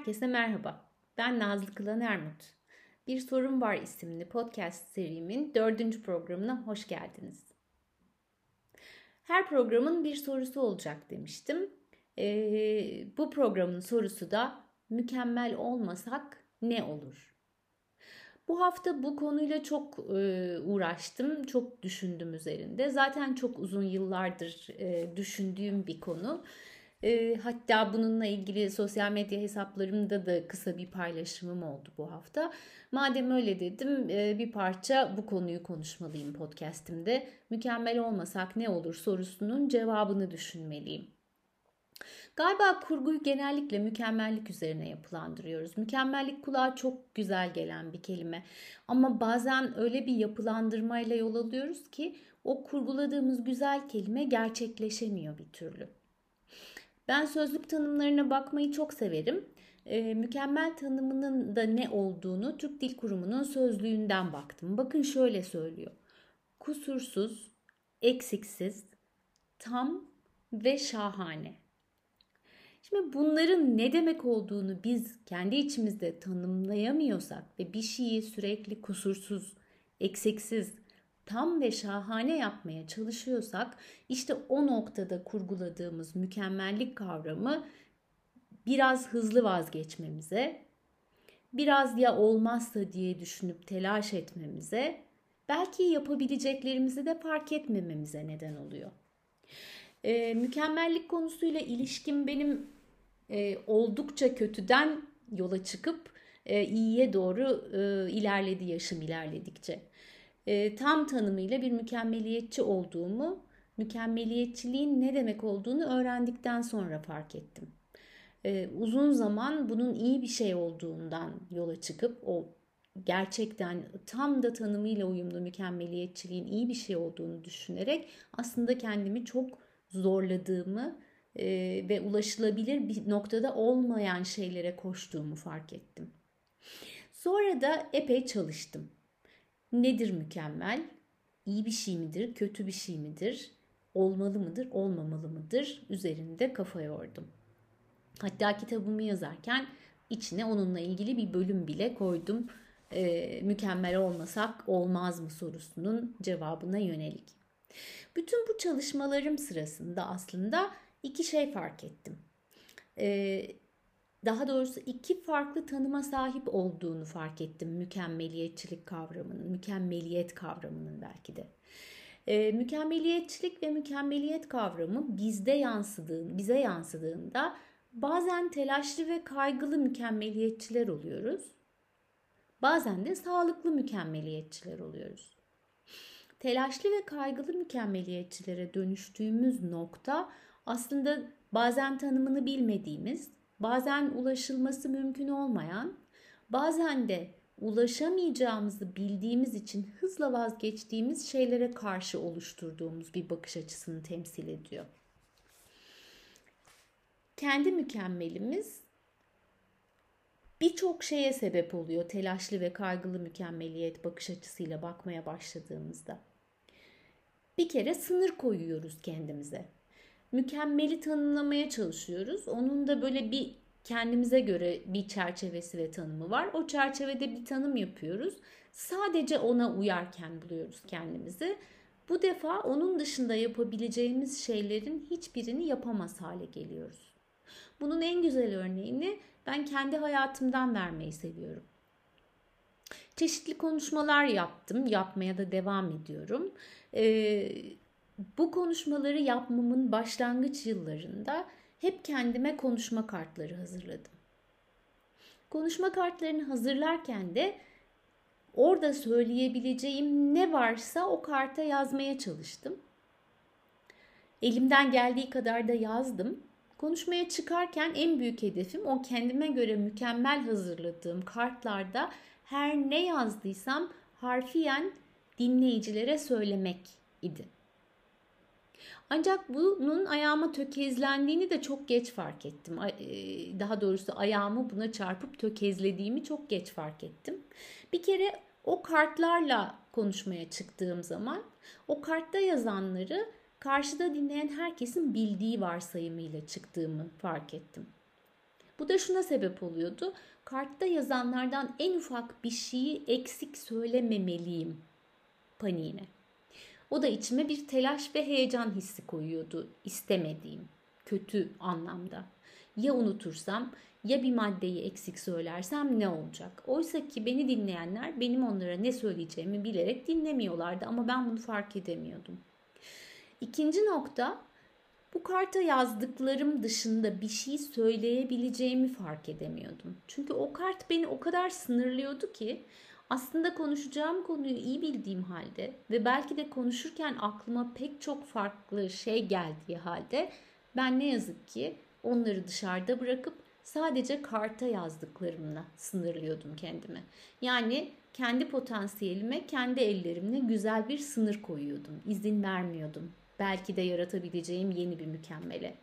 Herkese merhaba. Ben Nazlı Kılan Ermut. Bir Sorun Var isimli podcast serimin 4. programına hoş geldiniz. Her programın bir sorusu olacak demiştim. Bu programın sorusu da mükemmel olmasak ne olur? Bu hafta bu konuyla çok uğraştım, çok düşündüm üzerinde. Zaten çok uzun yıllardır düşündüğüm bir konu. Hatta bununla ilgili sosyal medya hesaplarımda da kısa bir paylaşımım oldu bu hafta. Madem öyle dedim, bir parça bu konuyu konuşmalıyım podcast'imde. Mükemmel olmasak ne olur sorusunun cevabını düşünmeliyim. Galiba kurguyu genellikle mükemmellik üzerine yapılandırıyoruz. Mükemmellik kulağa çok güzel gelen bir kelime. Ama bazen öyle bir yapılandırmayla yol alıyoruz ki o kurguladığımız güzel kelime gerçekleşemiyor bir türlü. Ben sözlük tanımlarına bakmayı çok severim. Mükemmel tanımının da ne olduğunu Türk Dil Kurumu'nun sözlüğünden baktım. Bakın şöyle söylüyor. Kusursuz, eksiksiz, tam ve şahane. Şimdi bunların ne demek olduğunu biz kendi içimizde tanımlayamıyorsak ve bir şeyi sürekli kusursuz, eksiksiz, tam ve şahane yapmaya çalışıyorsak işte o noktada kurguladığımız mükemmellik kavramı biraz hızlı vazgeçmemize, biraz ya olmazsa diye düşünüp telaş etmemize, belki yapabileceklerimizi de fark etmememize neden oluyor. Mükemmellik konusuyla ilişkim benim oldukça kötüden yola çıkıp iyiye doğru ilerledi yaşım ilerledikçe. Tam tanımıyla bir mükemmeliyetçi olduğumu, mükemmeliyetçiliğin ne demek olduğunu öğrendikten sonra fark ettim. Uzun zaman bunun iyi bir şey olduğundan yola çıkıp o gerçekten tam da tanımıyla uyumlu mükemmeliyetçiliğin iyi bir şey olduğunu düşünerek aslında kendimi çok zorladığımı ve ulaşılabilir bir noktada olmayan şeylere koştuğumu fark ettim. Sonra da epey çalıştım. Nedir mükemmel? İyi bir şey midir? Kötü bir şey midir? Olmalı mıdır? Olmamalı mıdır? Üzerinde kafa yordum. Hatta kitabımı yazarken içine onunla ilgili bir bölüm bile koydum. Mükemmel olmasak olmaz mı sorusunun cevabına yönelik. Bütün bu çalışmalarım sırasında aslında iki şey fark ettim. Daha doğrusu iki farklı tanıma sahip olduğunu fark ettim mükemmeliyetçilik kavramının, mükemmeliyet kavramının belki de. Mükemmeliyetçilik ve mükemmeliyet kavramı bize yansıdığında bazen telaşlı ve kaygılı mükemmeliyetçiler oluyoruz. Bazen de sağlıklı mükemmeliyetçiler oluyoruz. Telaşlı ve kaygılı mükemmeliyetçilere dönüştüğümüz nokta aslında bazen tanımını bilmediğimiz, bazen ulaşılması mümkün olmayan, bazen de ulaşamayacağımızı bildiğimiz için hızla vazgeçtiğimiz şeylere karşı oluşturduğumuz bir bakış açısını temsil ediyor. Kendi mükemmelimiz birçok şeye sebep oluyor telaşlı ve kaygılı mükemmeliyet bakış açısıyla bakmaya başladığımızda. Bir kere sınır koyuyoruz kendimize. Mükemmeli tanımlamaya çalışıyoruz. Onun da böyle bir kendimize göre bir çerçevesi ve tanımı var. O çerçevede bir tanım yapıyoruz. Sadece ona uyarken buluyoruz kendimizi. Bu defa onun dışında yapabileceğimiz şeylerin hiçbirini yapamaz hale geliyoruz. Bunun en güzel örneğini ben kendi hayatımdan vermeyi seviyorum. Çeşitli konuşmalar yaptım, yapmaya da devam ediyorum. Bu konuşmaları yapmamın başlangıç yıllarında hep kendime konuşma kartları hazırladım. Konuşma kartlarını hazırlarken de orada söyleyebileceğim ne varsa o karta yazmaya çalıştım. Elimden geldiği kadar da yazdım. Konuşmaya çıkarken en büyük hedefim o kendime göre mükemmel hazırladığım kartlarda her ne yazdıysam harfiyen dinleyicilere söylemek idi. Ancak bunun ayağıma tökezlendiğini de çok geç fark ettim. Daha doğrusu ayağımı buna çarpıp tökezlediğimi çok geç fark ettim. Bir kere o kartlarla konuşmaya çıktığım zaman o kartta yazanları karşıda dinleyen herkesin bildiği varsayımıyla çıktığımı fark ettim. Bu da şuna sebep oluyordu. Kartta yazanlardan en ufak bir şeyi eksik söylememeliyim paniğine. O da içime bir telaş ve heyecan hissi koyuyordu, istemediğim, kötü anlamda. Ya unutursam, ya bir maddeyi eksik söylersem ne olacak? Oysa ki beni dinleyenler benim onlara ne söyleyeceğimi bilerek dinlemiyorlardı ama ben bunu fark edemiyordum. İkinci nokta, bu karta yazdıklarım dışında bir şey söyleyebileceğimi fark edemiyordum. Çünkü o kart beni o kadar sınırlıyordu ki aslında konuşacağım konuyu iyi bildiğim halde ve belki de konuşurken aklıma pek çok farklı şey geldiği halde ben ne yazık ki onları dışarıda bırakıp sadece karta yazdıklarımla sınırlıyordum kendimi. Yani kendi potansiyelime, kendi ellerimle güzel bir sınır koyuyordum. İzin vermiyordum. Belki de yaratabileceğim yeni bir mükemmele.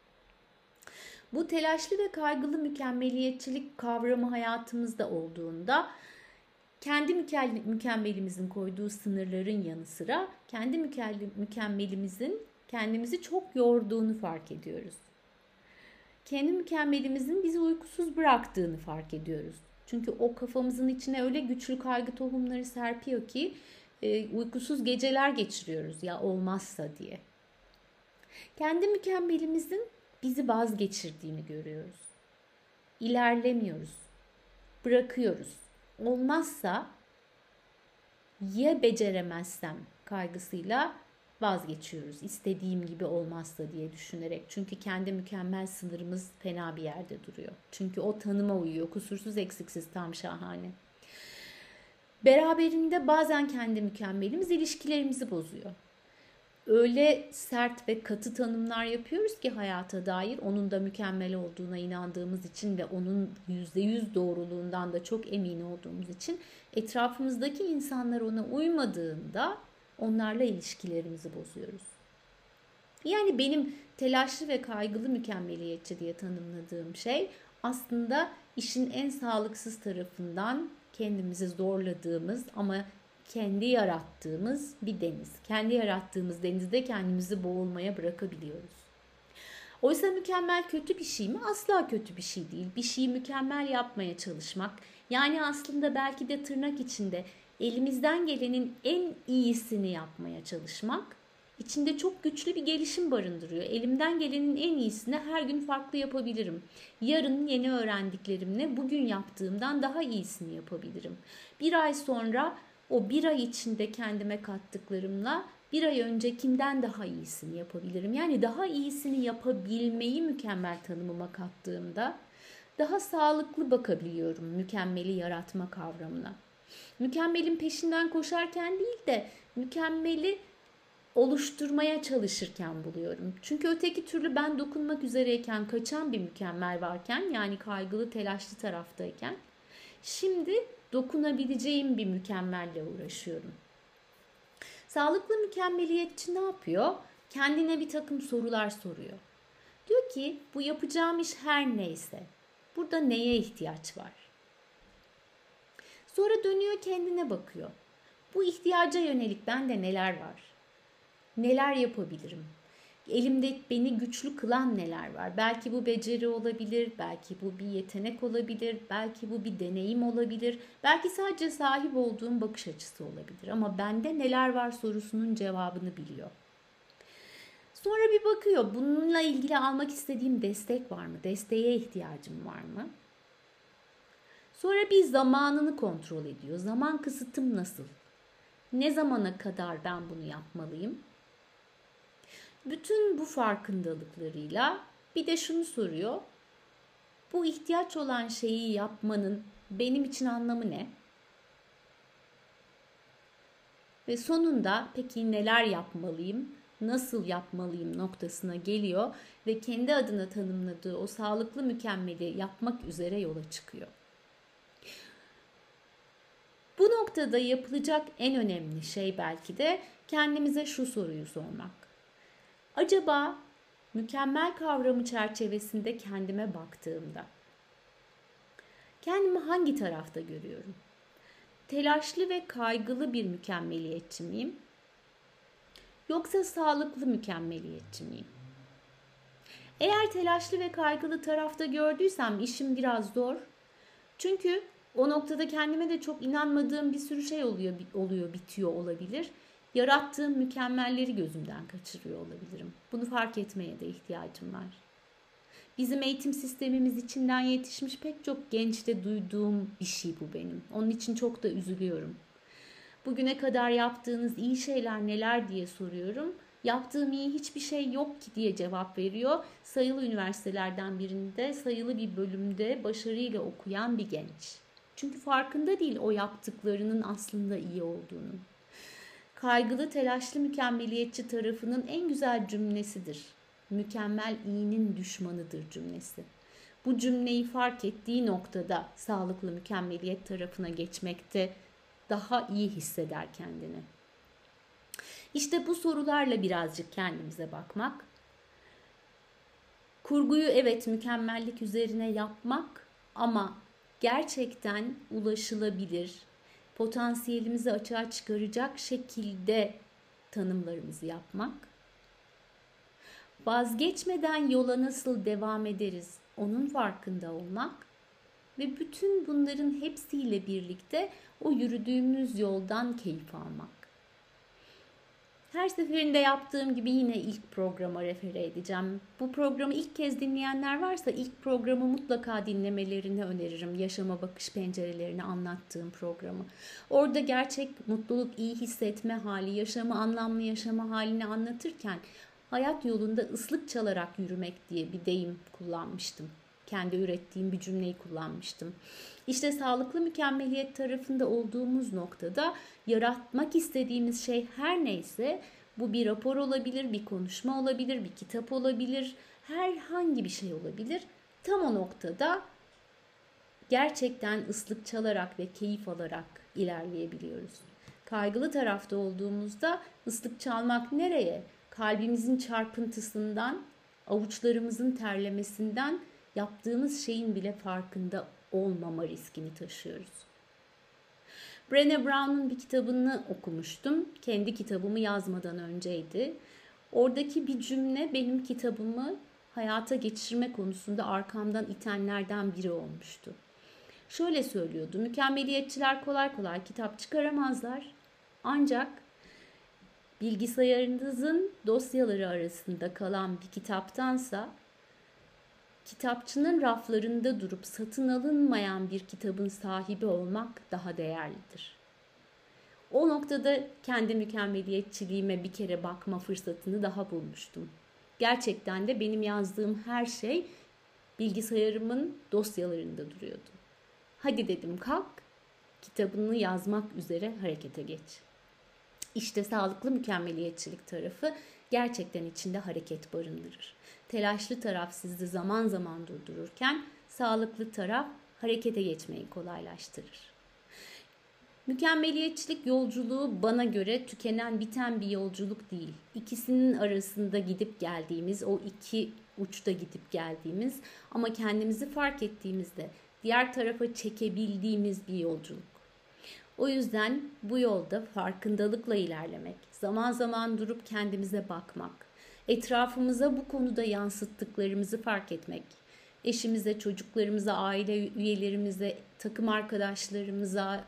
Bu telaşlı ve kaygılı mükemmeliyetçilik kavramı hayatımızda olduğunda kendi mükemmelimizin koyduğu sınırların yanı sıra kendi mükemmelimizin kendimizi çok yorduğunu fark ediyoruz. Kendi mükemmelimizin bizi uykusuz bıraktığını fark ediyoruz. Çünkü o kafamızın içine öyle güçlü kaygı tohumları serpiyor ki uykusuz geceler geçiriyoruz ya olmazsa diye. Kendi mükemmelimizin bizi vazgeçirdiğini görüyoruz. İlerlemiyoruz. Bırakıyoruz. Olmazsa ya beceremezsem kaygısıyla vazgeçiyoruz. İstediğim gibi olmazsa diye düşünerek. Çünkü kendi mükemmel sınırımız fena bir yerde duruyor. Çünkü o tanıma uyuyor. Kusursuz, eksiksiz, tam şahane. Beraberinde bazen kendi mükemmelimiz ilişkilerimizi bozuyor. Öyle sert ve katı tanımlar yapıyoruz ki hayata dair, onun da mükemmel olduğuna inandığımız için ve onun %100 doğruluğundan da çok emin olduğumuz için etrafımızdaki insanlar ona uymadığında onlarla ilişkilerimizi bozuyoruz. Yani benim telaşlı ve kaygılı mükemmeliyetçi diye tanımladığım şey aslında işin en sağlıksız tarafından kendimizi zorladığımız ama kendi yarattığımız bir deniz. Kendi yarattığımız denizde kendimizi boğulmaya bırakabiliyoruz. Oysa mükemmel kötü bir şey mi? Asla kötü bir şey değil. Bir şeyi mükemmel yapmaya çalışmak, yani aslında belki de tırnak içinde elimizden gelenin en iyisini yapmaya çalışmak, içinde çok güçlü bir gelişim barındırıyor. Elimden gelenin en iyisini her gün farklı yapabilirim. Yarın yeni öğrendiklerimle bugün yaptığımdan daha iyisini yapabilirim. Bir ay sonra o bir ay içinde kendime kattıklarımla bir ay öncekinden daha iyisini yapabilirim. Yani daha iyisini yapabilmeyi mükemmel tanımıma kattığımda daha sağlıklı bakabiliyorum mükemmeli yaratma kavramına. Mükemmelin peşinden koşarken değil de mükemmeli oluşturmaya çalışırken buluyorum. Çünkü öteki türlü ben dokunmak üzereyken kaçan bir mükemmel varken, yani kaygılı, telaşlı taraftayken, şimdi dokunabileceğim bir mükemmelle uğraşıyorum. Sağlıklı mükemmeliyetçi ne yapıyor? Kendine bir takım sorular soruyor. Diyor ki bu yapacağım iş her neyse, burada neye ihtiyaç var? Sonra dönüyor kendine bakıyor. Bu ihtiyaca yönelik bende neler var? Neler yapabilirim? Elimde beni güçlü kılan neler var? Belki bu beceri olabilir, belki bu bir yetenek olabilir, belki bu bir deneyim olabilir, belki sadece sahip olduğum bakış açısı olabilir. Ama bende neler var sorusunun cevabını biliyor. Sonra bir bakıyor, bununla ilgili almak istediğim destek var mı? Desteğe ihtiyacım var mı? Sonra bir zamanını kontrol ediyor. Zaman kısıtım nasıl? Ne zamana kadar ben bunu yapmalıyım? Bütün bu farkındalıklarıyla bir de şunu soruyor. Bu ihtiyaç olan şeyi yapmanın benim için anlamı ne? Ve sonunda peki neler yapmalıyım, nasıl yapmalıyım noktasına geliyor ve kendi adına tanımladığı o sağlıklı mükemmeli yapmak üzere yola çıkıyor. Bu noktada yapılacak en önemli şey belki de kendimize şu soruyu sormak. Acaba mükemmel kavramı çerçevesinde kendime baktığımda kendimi hangi tarafta görüyorum? Telaşlı ve kaygılı bir mükemmeliyetçi miyim? Yoksa sağlıklı mükemmeliyetçi miyim? Eğer telaşlı ve kaygılı tarafta gördüysem işim biraz zor. Çünkü o noktada kendime de çok inanmadığım bir sürü şey oluyor, bitiyor olabilir. Yarattığım mükemmelleri gözümden kaçırıyor olabilirim. Bunu fark etmeye de ihtiyacım var. Bizim eğitim sistemimiz içinden yetişmiş pek çok gençte duyduğum bir şey bu benim. Onun için çok da üzülüyorum. Bugüne kadar yaptığınız iyi şeyler neler diye soruyorum. Yaptığım iyi hiçbir şey yok ki diye cevap veriyor. Sayılı üniversitelerden birinde, sayılı bir bölümde başarıyla okuyan bir genç. Çünkü farkında değil o yaptıklarının aslında iyi olduğunu. Kaygılı, telaşlı, mükemmeliyetçi tarafının en güzel cümlesidir. Mükemmel iyinin düşmanıdır cümlesi. Bu cümleyi fark ettiği noktada sağlıklı mükemmeliyet tarafına geçmekte daha iyi hisseder kendini. İşte bu sorularla birazcık kendimize bakmak. Kurguyu evet mükemmellik üzerine yapmak ama gerçekten ulaşılabilir, potansiyelimizi açığa çıkaracak şekilde tanımlarımızı yapmak. Vazgeçmeden yola nasıl devam ederiz onun farkında olmak ve bütün bunların hepsiyle birlikte o yürüdüğümüz yoldan keyif almak. Her seferinde yaptığım gibi yine ilk programa refere edeceğim. Bu programı ilk kez dinleyenler varsa ilk programı mutlaka dinlemelerini öneririm. Yaşama bakış pencerelerini anlattığım programı. Orada gerçek mutluluk, iyi hissetme hali, yaşamı anlamlı yaşama halini anlatırken hayat yolunda ıslık çalarak yürümek diye bir deyim kullanmıştım. Kendi ürettiğim bir cümleyi kullanmıştım. İşte sağlıklı mükemmeliyet tarafında olduğumuz noktada yaratmak istediğimiz şey her neyse bu bir rapor olabilir, bir konuşma olabilir, bir kitap olabilir, herhangi bir şey olabilir. Tam o noktada gerçekten ıslık çalarak ve keyif alarak ilerleyebiliyoruz. Kaygılı tarafta olduğumuzda ıslık çalmak nereye? Kalbimizin çarpıntısından, avuçlarımızın terlemesinden yaptığımız şeyin bile farkında olmama riskini taşıyoruz. Brené Brown'un bir kitabını okumuştum. Kendi kitabımı yazmadan önceydi. Oradaki bir cümle benim kitabımı hayata geçirme konusunda arkamdan itenlerden biri olmuştu. Şöyle söylüyordu: mükemmeliyetçiler kolay kolay kitap çıkaramazlar. Ancak bilgisayarınızın dosyaları arasında kalan bir kitaptansa kitapçının raflarında durup satın alınmayan bir kitabın sahibi olmak daha değerlidir. O noktada kendi mükemmeliyetçiliğime bir kere bakma fırsatını daha bulmuştum. Gerçekten de benim yazdığım her şey bilgisayarımın dosyalarında duruyordu. Hadi dedim, kalk, kitabını yazmak üzere harekete geç. İşte sağlıklı mükemmeliyetçilik tarafı gerçekten içinde hareket barındırır. Telaşlı taraf sizi zaman zaman durdururken sağlıklı taraf harekete geçmeyi kolaylaştırır. Mükemmeliyetçilik yolculuğu bana göre tükenen, biten bir yolculuk değil. İkisinin arasında gidip geldiğimiz, o iki uçta gidip geldiğimiz ama kendimizi fark ettiğimizde diğer tarafa çekebildiğimiz bir yolculuk. O yüzden bu yolda farkındalıkla ilerlemek, zaman zaman durup kendimize bakmak, etrafımıza bu konuda yansıttıklarımızı fark etmek, eşimize, çocuklarımıza, aile üyelerimize, takım arkadaşlarımıza,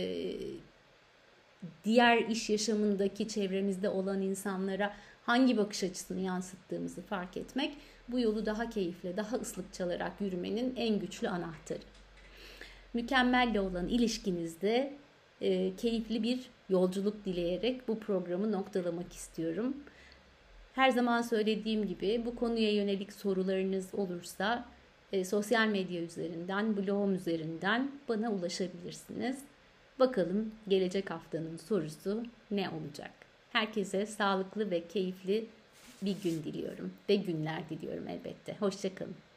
diğer iş yaşamındaki çevremizde olan insanlara hangi bakış açısını yansıttığımızı fark etmek, bu yolu daha keyifli, daha ıslık çalarak yürümenin en güçlü anahtarı. Mükemmelle olan ilişkinizde keyifli bir yolculuk dileyerek bu programı noktalamak istiyorum. Her zaman söylediğim gibi bu konuya yönelik sorularınız olursa sosyal medya üzerinden, blogum üzerinden bana ulaşabilirsiniz. Bakalım gelecek haftanın sorusu ne olacak? Herkese sağlıklı ve keyifli bir gün diliyorum ve günler diliyorum elbette. Hoşça kalın.